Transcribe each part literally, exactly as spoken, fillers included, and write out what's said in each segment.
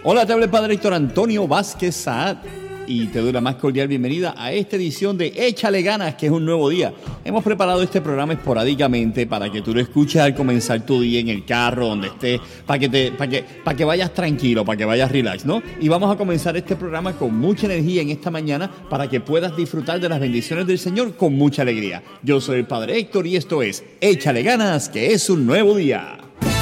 Hola, te habla el Padre Héctor Antonio Vázquez Saad y te doy la más cordial bienvenida a esta edición de Échale Ganas, que es un nuevo día. Hemos preparado este programa esporádicamente para que tú lo escuches al comenzar tu día en el carro, donde estés, para que, te, para que, para que vayas tranquilo, para que vayas relax, ¿no? Y vamos a comenzar este programa con mucha energía en esta mañana para que puedas disfrutar de las bendiciones del Señor con mucha alegría. Yo soy el Padre Héctor y esto es Échale Ganas, que es un nuevo día.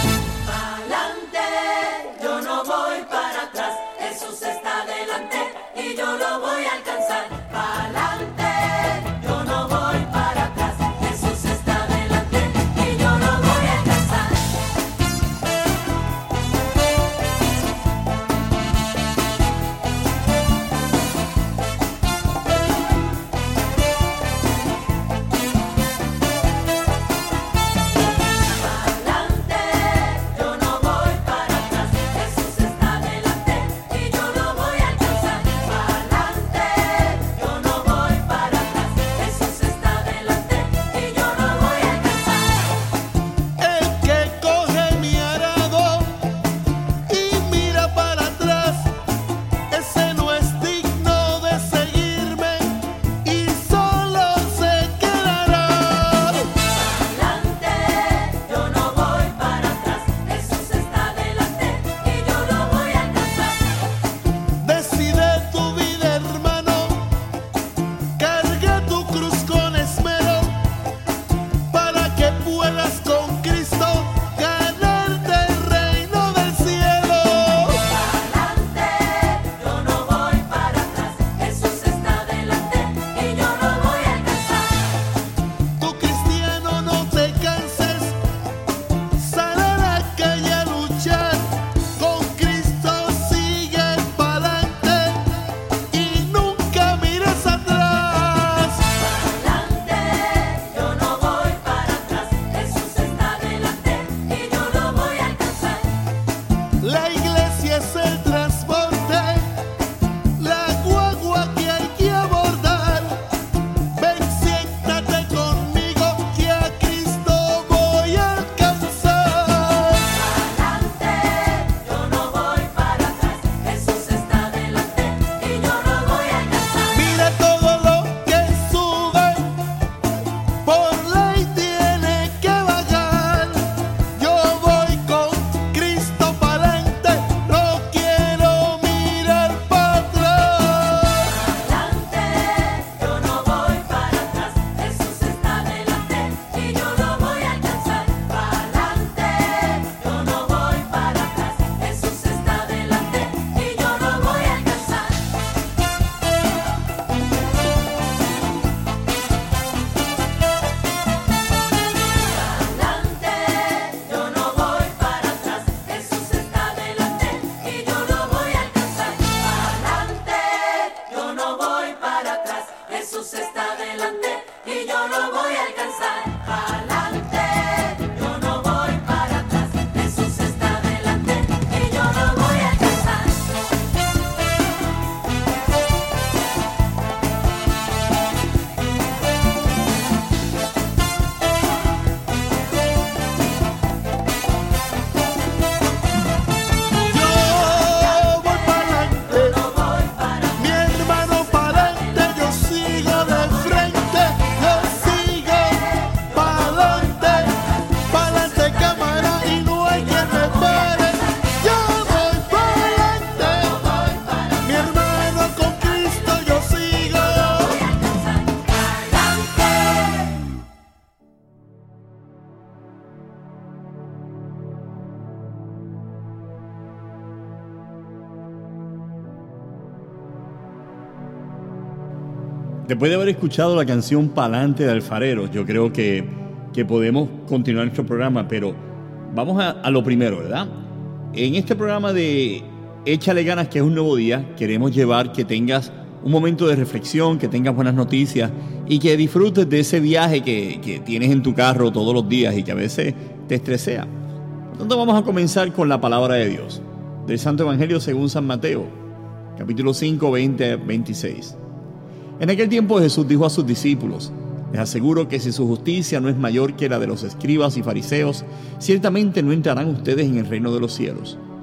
Después de haber escuchado la canción Pa'lante de Alfareros, yo creo que, que podemos continuar nuestro programa, pero vamos a, a lo primero, ¿verdad? En este programa de Échale Ganas, que es un nuevo día, queremos llevar que tengas un momento de reflexión, que tengas buenas noticias y que disfrutes de ese viaje que, que tienes en tu carro todos los días y que a veces te estresea. Entonces vamos a comenzar con la palabra de Dios, del Santo Evangelio según San Mateo, capítulo cinco, veinte a veintiséis. En aquel tiempo Jesús dijo a sus discípulos: les aseguro que si su justicia no es mayor que la de los escribas y fariseos, ciertamente no entrarán ustedes en el reino de los cielos.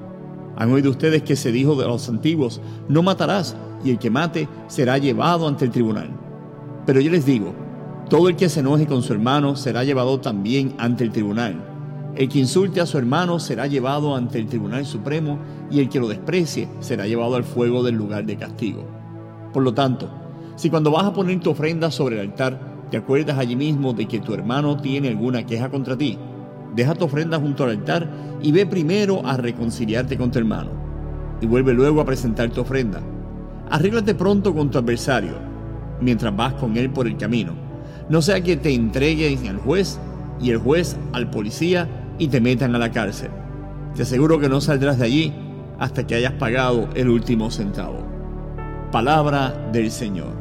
Han oído ustedes que se dijo de los antiguos: no matarás, y el que mate será llevado ante el tribunal. Pero yo les digo, todo el que se enoje con su hermano será llevado también ante el tribunal. El que insulte a su hermano será llevado ante el Tribunal Supremo, y el que lo desprecie será llevado al fuego del lugar de castigo. Por lo tanto, si cuando vas a poner tu ofrenda sobre el altar, te acuerdas allí mismo de que tu hermano tiene alguna queja contra ti, deja tu ofrenda junto al altar y ve primero a reconciliarte con tu hermano, y vuelve luego a presentar tu ofrenda. Arréglate pronto con tu adversario, mientras vas con él por el camino, no sea que te entreguen al juez y el juez al policía y te metan a la cárcel. Te aseguro que no saldrás de allí hasta que hayas pagado el último centavo. Palabra del Señor.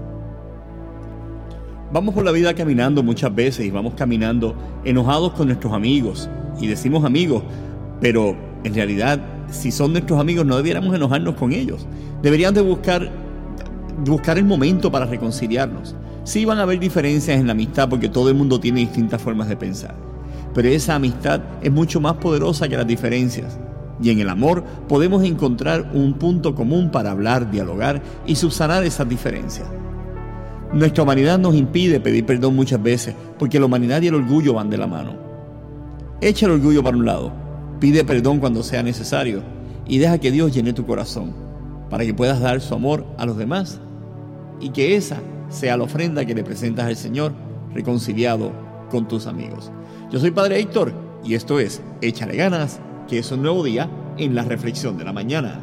Vamos por la vida caminando muchas veces y vamos caminando enojados con nuestros amigos, y decimos amigos, pero en realidad, si son nuestros amigos, no debiéramos enojarnos con ellos. Deberíamos de buscar, buscar el momento para reconciliarnos. Sí van a haber diferencias en la amistad porque todo el mundo tiene distintas formas de pensar, pero esa amistad es mucho más poderosa que las diferencias. Y en el amor podemos encontrar un punto común para hablar, dialogar y subsanar esas diferencias. Nuestra humanidad nos impide pedir perdón muchas veces porque la humanidad y el orgullo van de la mano. Echa el orgullo para un lado, pide perdón cuando sea necesario y deja que Dios llene tu corazón para que puedas dar su amor a los demás y que esa sea la ofrenda que le presentas al Señor reconciliado con tus amigos. Yo soy Padre Héctor y esto es Échale Ganas, que es un nuevo día en la reflexión de la mañana.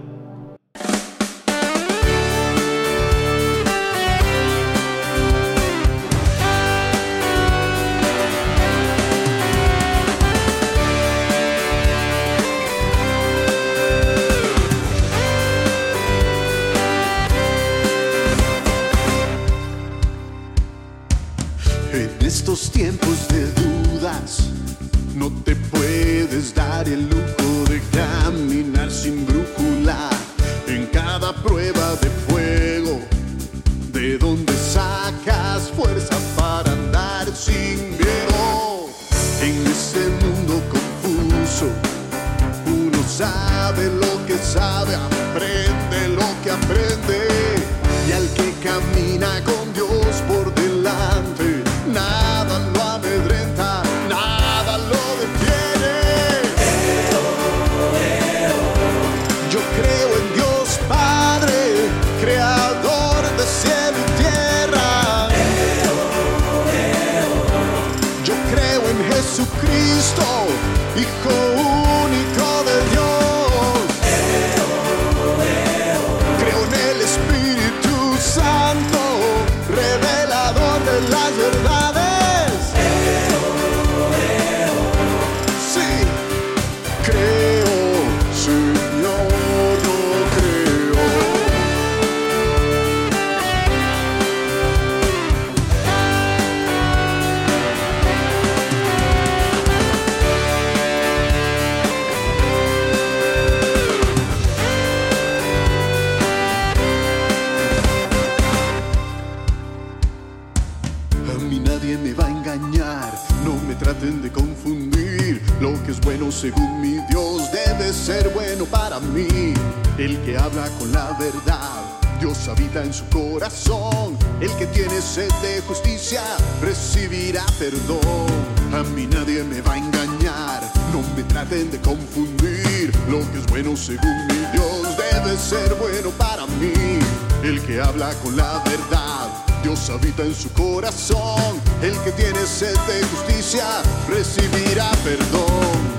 En estos tiempos de dudas, no te puedes dar el lujo de caminar sin brújula. En cada prueba de fuego, ¿de dónde sacas fuerza para andar sin miedo? En este mundo confuso, uno sabe lo que sabe, aprende lo que aprende. Y al que camina con Dios por delante, nada lo amedrenta, nada lo detiene. Yo creo en Dios Padre, creador de cielo y tierra. Yo creo en Jesucristo, Hijo único de Dios. Creo en el Espíritu Santo, revelador de las verdades. Sí, creo, Señor, yo creo. A mí nadie me va a engañar, no me traten de confundir. Lo que es bueno según mi Dios debe ser bueno para mí. El que habla con la verdad, Dios habita en su corazón. El que tiene sed de justicia recibirá perdón. A mí nadie me va a engañar, no me traten de confundir. Lo que es bueno según mi Dios debe ser bueno para mí. El que habla con la verdad, Dios habita en su corazón. El que tiene sed de justicia recibirá perdón.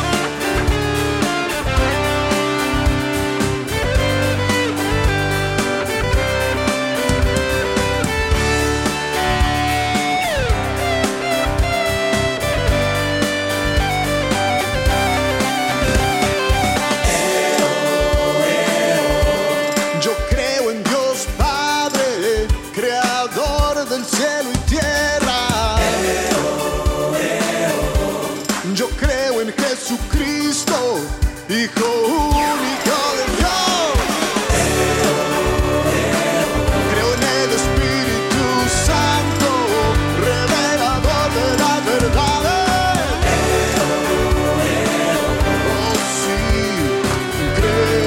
Yo creo en Dios Padre, creador del cielo y tierra. Yo creo en Jesucristo, Hijo único de Dios. Creo en el Espíritu Santo, revelador de las verdades. Oh sí, creo.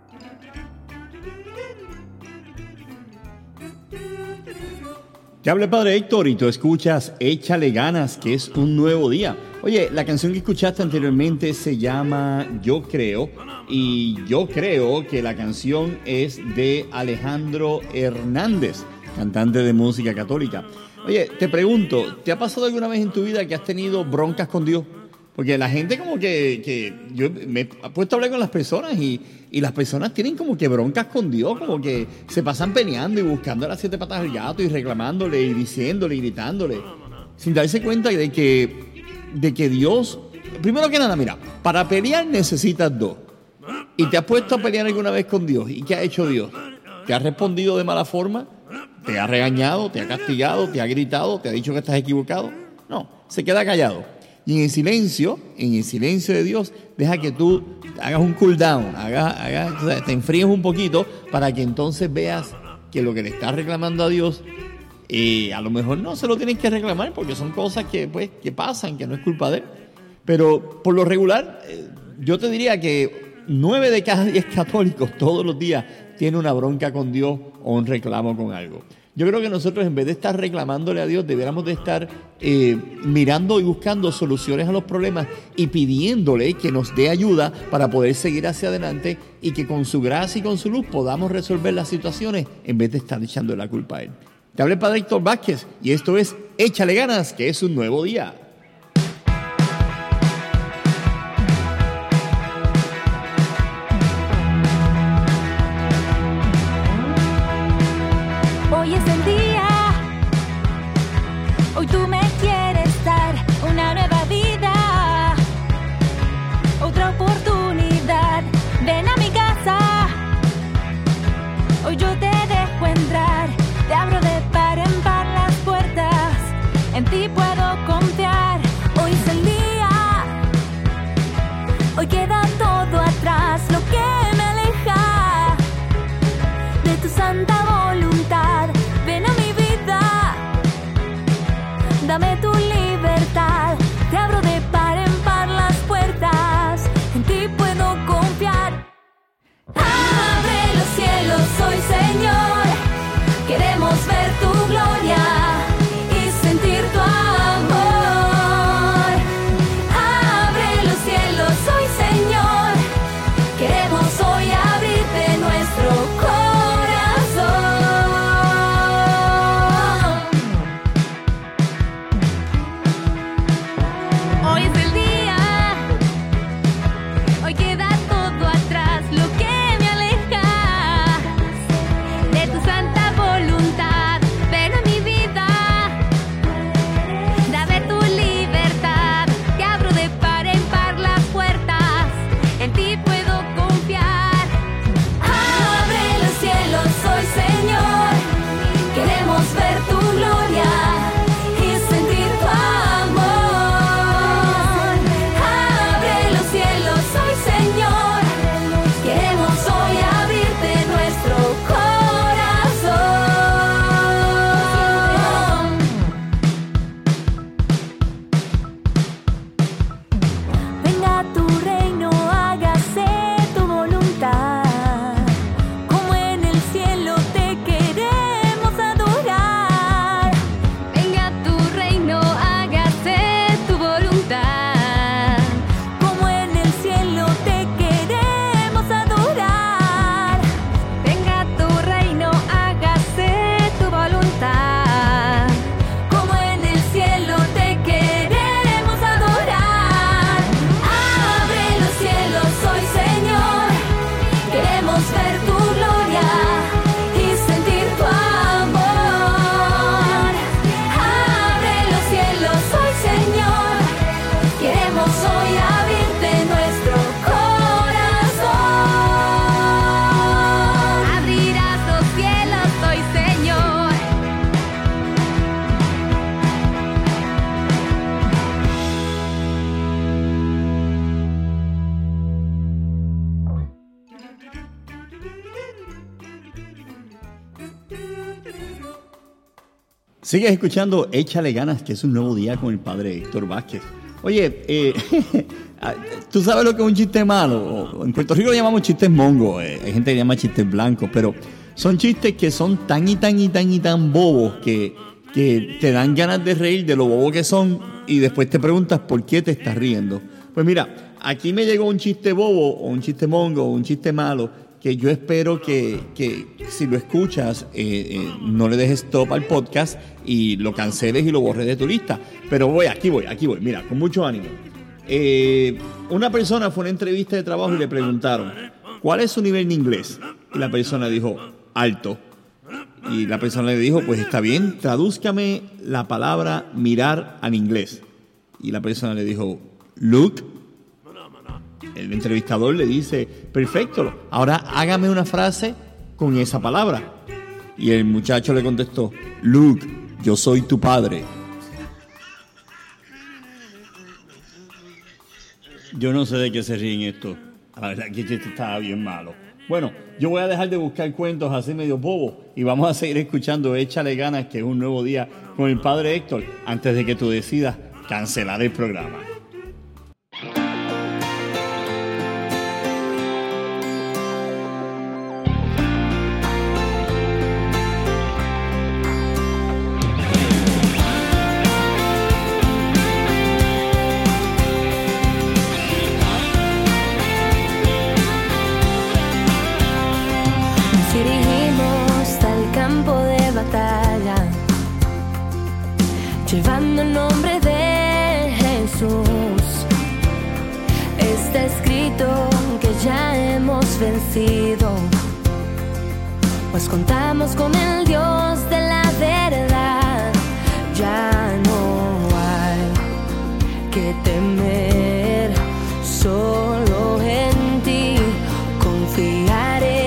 Te habla el Padre Héctor y tú escuchas Échale Ganas, que es un nuevo día. Oye, la canción que escuchaste anteriormente se llama Yo Creo, y yo creo que la canción es de Alejandro Hernández, cantante de música católica. Oye, te pregunto, ¿te ha pasado alguna vez en tu vida que has tenido broncas con Dios? Porque la gente como que, que yo me he puesto a hablar con las personas y, y las personas tienen como que broncas con Dios, como que se pasan peleando y buscando las siete patas del gato y reclamándole y diciéndole y gritándole, sin darse cuenta de que, de que Dios, primero que nada, mira, para pelear necesitas dos. ¿Y te has puesto a pelear alguna vez con Dios? ¿Y qué ha hecho Dios? ¿Te ha respondido de mala forma? ¿Te ha regañado? ¿Te ha castigado? ¿Te ha gritado? ¿Te ha dicho que estás equivocado? No, se queda callado. Y en el silencio, en el silencio de Dios, deja que tú hagas un cool down, hagas, hagas, o sea, te enfríes un poquito para que entonces veas que lo que le estás reclamando a Dios, eh, a lo mejor no se lo tienes que reclamar porque son cosas que, pues, que pasan, que no es culpa de él. Pero por lo regular, eh, yo te diría que nueve de cada diez católicos todos los días tienen una bronca con Dios o un reclamo con algo. Yo creo que nosotros, en vez de estar reclamándole a Dios, deberíamos de estar eh, mirando y buscando soluciones a los problemas y pidiéndole que nos dé ayuda para poder seguir hacia adelante y que con su gracia y con su luz podamos resolver las situaciones en vez de estar echando la culpa a él. Te habla el Padre Héctor Vázquez y esto es Échale Ganas, que es un nuevo día. Hoy es el día, hoy tú me quieres dar una nueva vida, otra oportunidad, ven a mi casa, hoy yo te dejo entrar, te abro de par en par las puertas, en ti puedo confiar, hoy es el día, hoy queda todo atrás, lo que me aleja de tu santa voluntad. Ven a mi vida, dame tu libertad, te abro de par en par las puertas, en ti puedo confiar. Abre los cielos hoy, Señor, queremos ver tu gloria y sentir tu amor. Abre los cielos hoy, Señor, queremos hoy abrirte nuestro corazón. Sigues escuchando Échale Ganas, que es un nuevo día con el Padre Héctor Vázquez. Oye, eh, Tú sabes lo que es un chiste malo. En Puerto Rico lo llamamos chistes mongos. Eh. Hay gente que llama chistes blancos, pero son chistes que son tan y tan y tan y tan bobos que, que te dan ganas de reír de lo bobos que son y después te preguntas por qué te estás riendo. Pues mira, aquí me llegó un chiste bobo o un chiste mongo o un chiste malo que yo espero que, que si lo escuchas eh, eh, no le dejes stop al podcast y lo canceles y lo borres de tu lista. Pero voy, aquí voy, aquí voy. Mira, con mucho ánimo. Eh, una persona fue a una entrevista de trabajo y le preguntaron ¿cuál es su nivel de inglés? Y la persona dijo alto. Y la persona le dijo pues está bien, tradúzcame la palabra mirar al inglés. Y la persona le dijo look. El entrevistador le dice perfecto, ahora hágame una frase con esa palabra. Y el muchacho le contestó look, yo soy tu padre. Yo no sé de qué se ríen esto. La verdad que este estaba bien malo. Bueno, yo voy a dejar de buscar cuentos así medio bobos y vamos a seguir escuchando Échale Ganas, que es un nuevo día con el padre Héctor, antes de que tú decidas cancelar el programa. Llevando el nombre de Jesús, está escrito que ya hemos vencido, pues contamos con el Dios de la verdad. Ya no hay que temer, solo en ti confiaré.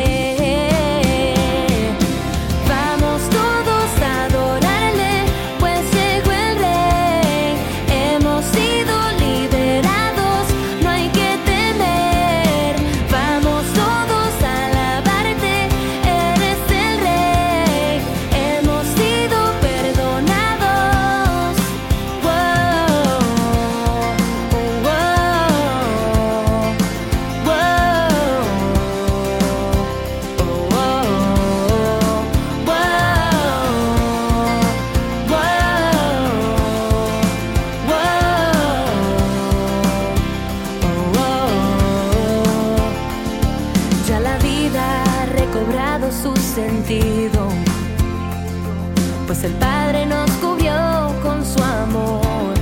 Sentido, pues el Padre nos cubrió con su amor.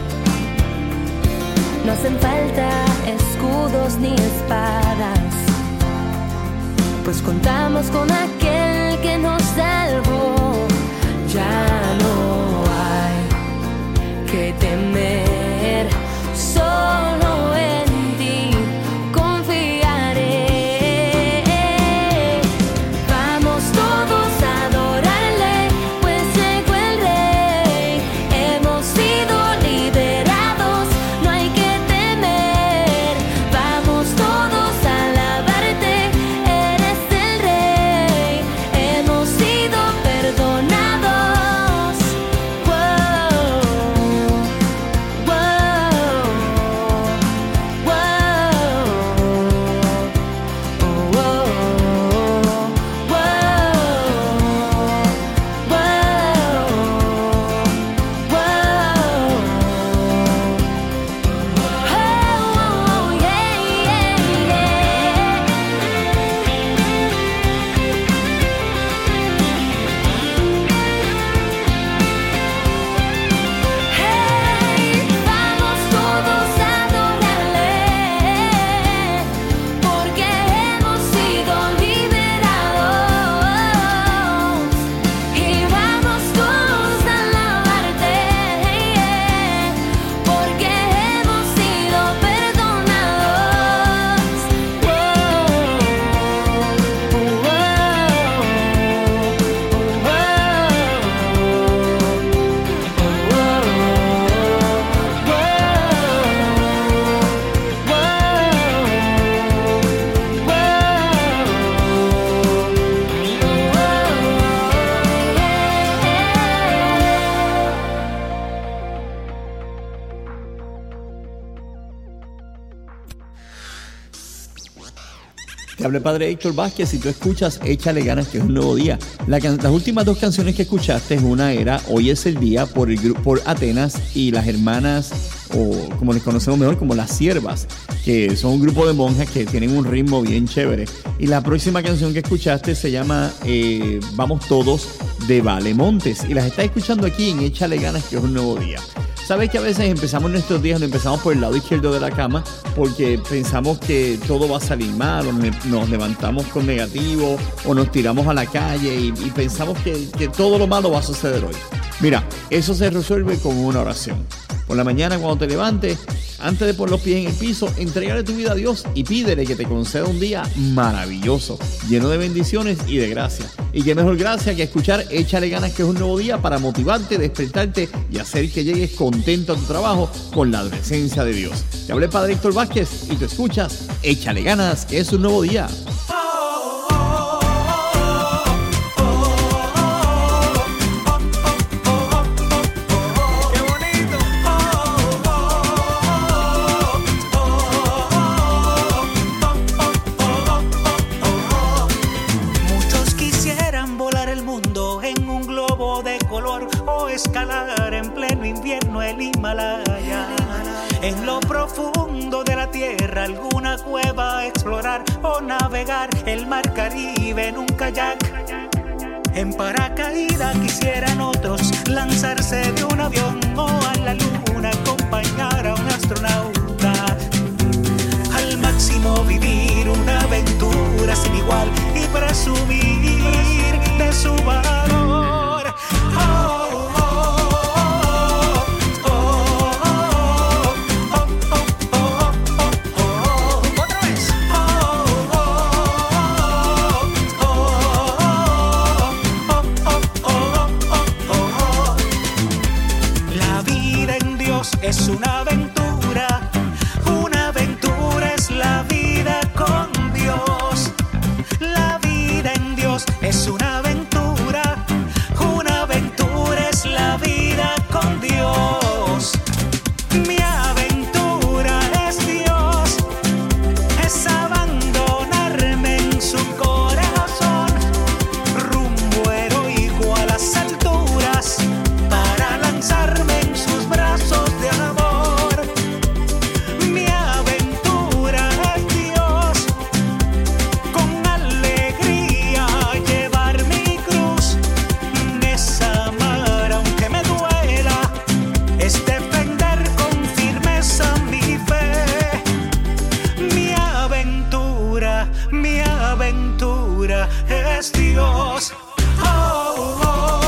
No hacen falta escudos ni espadas, pues contamos con aquel que nos salvó. Ya no hay que temer, solo en ti confiaré. habla el Padre Héctor Vázquez y tú escuchas Échale Ganas, que es un nuevo día. La can- las últimas dos canciones que escuchaste, una era Hoy es el día por, el gru- por Atenas y las hermanas, o como les conocemos mejor, como las siervas, que son un grupo de monjas que tienen un ritmo bien chévere. Y la próxima canción que escuchaste se llama eh, Vamos Todos, de Vale Montes, y las estás escuchando aquí en Échale Ganas, que es un nuevo día. Sabes que a veces empezamos nuestros días, empezamos por el lado izquierdo de la cama porque pensamos que todo va a salir mal, o nos levantamos con negativo, o nos tiramos a la calle y, y pensamos que, que todo lo malo va a suceder hoy. Mira, eso se resuelve con una oración. Por la mañana cuando te levantes, antes de poner los pies en el piso, entrégale tu vida a Dios y pídele que te conceda un día maravilloso, lleno de bendiciones y de gracia. Y qué mejor gracia que escuchar Échale Ganas, que es un nuevo día, para motivarte, despertarte y hacer que llegues contento a tu trabajo con la presencia de Dios. Te habla el Padre Héctor Vázquez y tú escuchas Échale Ganas, que es un nuevo día. Escalar en pleno invierno el Himalaya, en lo profundo de la tierra alguna cueva explorar, o navegar el mar Caribe en un kayak. En paracaídas quisieran otros lanzarse de un avión, o a la luna acompañar a un astronauta. Al máximo vivir una aventura sin igual y presumir de su valor. Oh, es una aventura, una aventura es la vida con Dios. La vida en Dios es una aventura, una aventura es la vida con Dios. Mi aventura es Dios, es abandonarme en su corazón, rumbo heroico a las alturas, para lanzarme en sus brazos de amor. Mi aventura es Dios, con alegría llevar mi cruz, es amar aunque me duela, es defender con firmeza mi fe. Mi aventura, mi aventura es Dios. Oh, oh.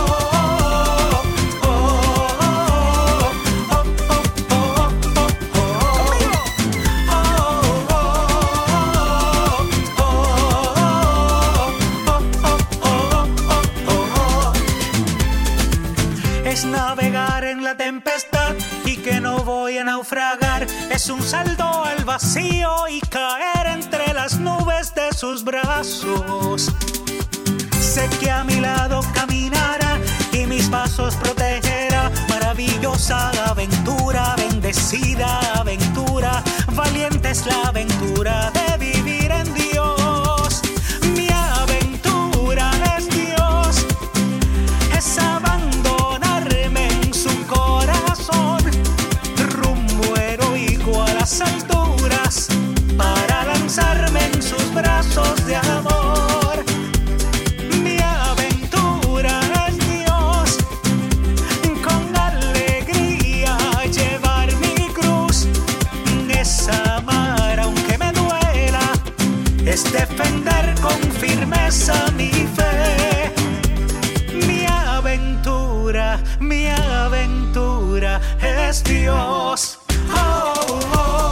Es navegar en la tempestad y que no voy a naufragar. Es un salto al vacío y caer entre las nubes de sus brazos. Sé que a mi lado caminará y mis pasos protegerá. Maravillosa aventura, bendecida aventura, valiente es la aventura de vivir en Dios. Mi aventura es Dios, es abandonarme en su corazón, rumbo heroico a las alturas, para lanzarme en sus brazos de amor. Mi aventura es Dios, con alegría llevar mi cruz, es amar aunque me duela, es defender con firmeza mi fe. Mi aventura, mi aventura es Dios. Oh, oh, oh.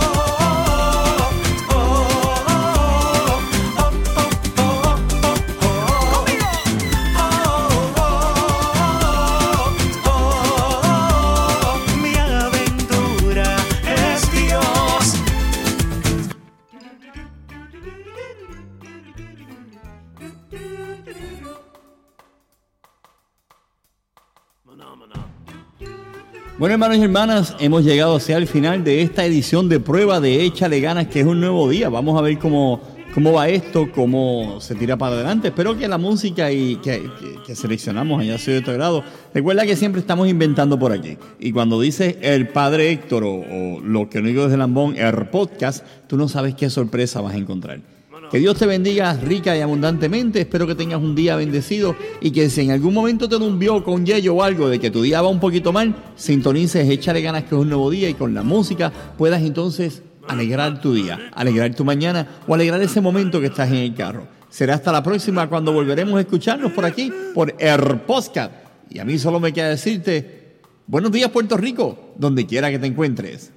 Bueno, hermanos y hermanas, hemos llegado hacia el final de esta edición de prueba de Échale Ganas, que es un nuevo día. Vamos a ver cómo cómo va esto, cómo se tira para adelante. Espero que la música y que, que, que seleccionamos haya sido de tu agrado. Recuerda que siempre estamos inventando por aquí. Y cuando dices el Padre Héctor o, o lo que no digo desde Lambón, el podcast, tú no sabes qué sorpresa vas a encontrar. Que Dios te bendiga rica y abundantemente. Espero que tengas un día bendecido y que si en algún momento te dumbió con yello o algo de que tu día va un poquito mal, sintonices, échale ganas que es un nuevo día y con la música puedas entonces alegrar tu día, alegrar tu mañana o alegrar ese momento que estás en el carro. Será hasta la próxima cuando volveremos a escucharnos por aquí, por el podcast. Y a mí solo me queda decirte, buenos días Puerto Rico, donde quiera que te encuentres.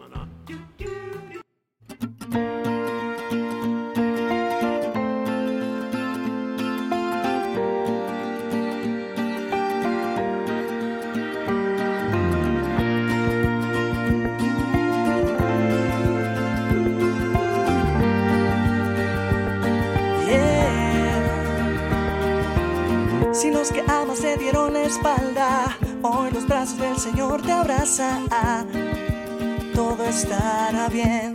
Si los que amas te dieron la espalda, hoy los brazos del Señor te abrazan. Todo estará bien.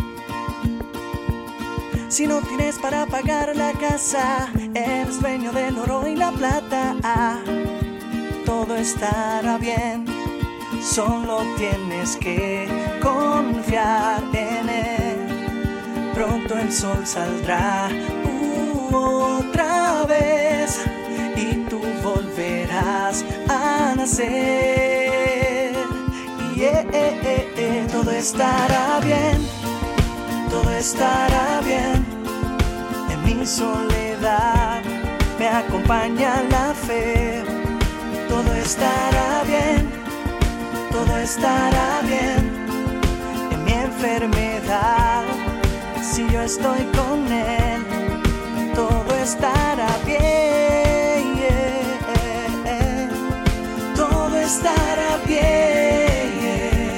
Si no tienes para pagar la casa, eres dueño del oro y la plata. Todo estará bien. Solo tienes que confiar en Él. Pronto el sol saldrá uh, otra vez. Y tú volverás a nacer. Yeah, yeah, yeah. Todo estará bien, todo estará bien. En mi soledad me acompaña la fe. Todo estará bien, todo estará bien. En mi enfermedad, si yo estoy con Él, todo estará bien. Todo estará bien.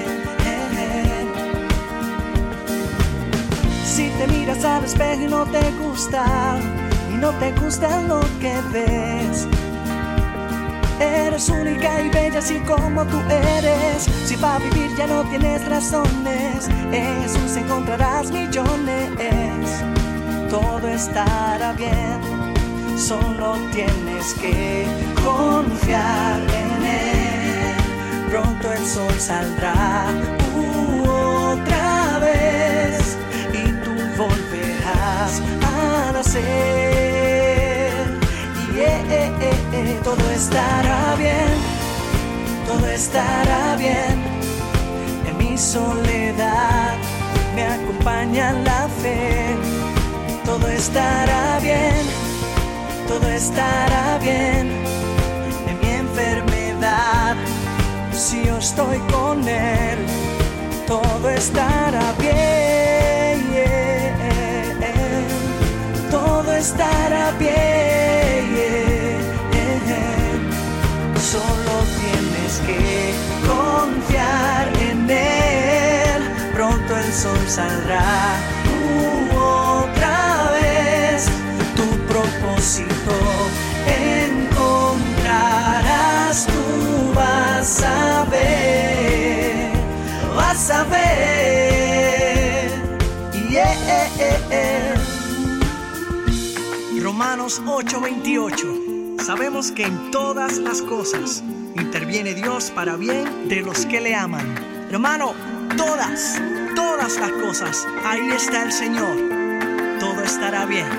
Si te miras al espejo y no te gusta, y no te gusta lo que ves, eres única y bella así como tú eres. Si para vivir ya no tienes razones, en Jesús encontrarás millones. Todo estará bien, solo tienes que confiar en Él. Pronto el sol saldrá uh, otra vez y tú volverás a nacer. Yeah, yeah, yeah. Todo estará bien, todo estará bien. En mi soledad me acompaña la fe. Todo estará bien, todo estará bien. En mi enfermedad, si yo estoy con Él, todo estará bien. Todo estará bien. Solo tienes que confiar en Él. Pronto el sol saldrá uh, otra vez. Tu propósito encontrarás. Tú vas a ver, vas a ver. Yeah, yeah, yeah. Romanos ocho veintiocho. Sabemos que en todas las cosas interviene Dios para bien de los que le aman. Hermano, todas, todas las cosas, ahí está el Señor. Todo estará bien.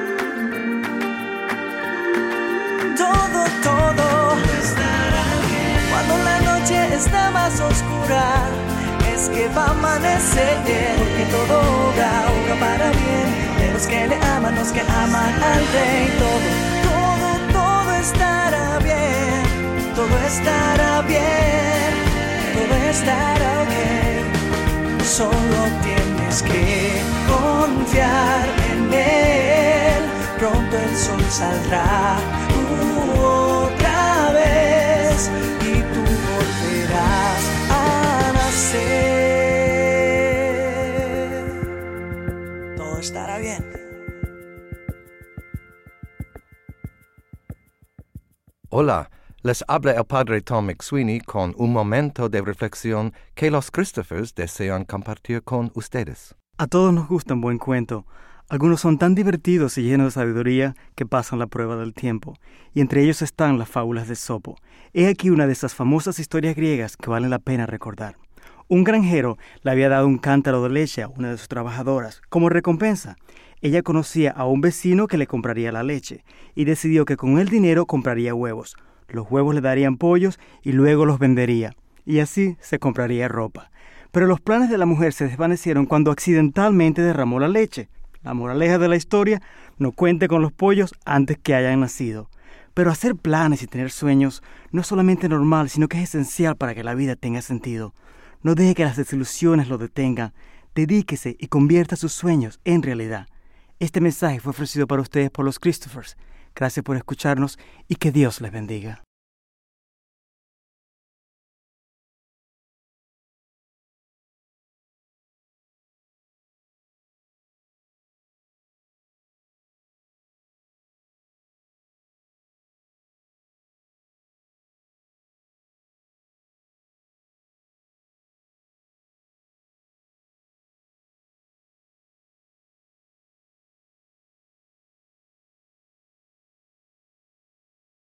Todo, todo estará bien. Cuando la noche está más oscura, es que va a amanecer. Porque todo obra, obra para bien de los que le aman, los que aman al Rey. Todo, todo, todo estará bien. Todo estará bien. Todo estará bien. Solo tienes que confiar en Él. Pronto el sol saldrá uh, otra vez y tú volverás a nacer. Todo estará bien. Hola, les habla el Padre Tom McSweeney con un momento de reflexión que los Christophers desean compartir con ustedes. A todos nos gusta un buen cuento. Algunos son tan divertidos y llenos de sabiduría que pasan la prueba del tiempo, y entre ellos están las fábulas de Esopo. He aquí una de esas famosas historias griegas que valen la pena recordar. Un granjero le había dado un cántaro de leche a una de sus trabajadoras como recompensa. Ella conocía a un vecino que le compraría la leche y decidió que con el dinero compraría huevos. Los huevos le darían pollos y luego los vendería, y así se compraría ropa. Pero los planes de la mujer se desvanecieron cuando accidentalmente derramó la leche. La moraleja de la historia: no cuente con los pollos antes que hayan nacido. Pero hacer planes y tener sueños no es solamente normal, sino que es esencial para que la vida tenga sentido. No deje que las desilusiones lo detengan. Dedíquese y convierta sus sueños en realidad. Este mensaje fue ofrecido para ustedes por los Christophers. Gracias por escucharnos y que Dios les bendiga.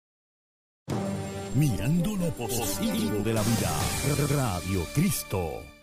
Mirando lo positivo de la vida. Radio Cristo.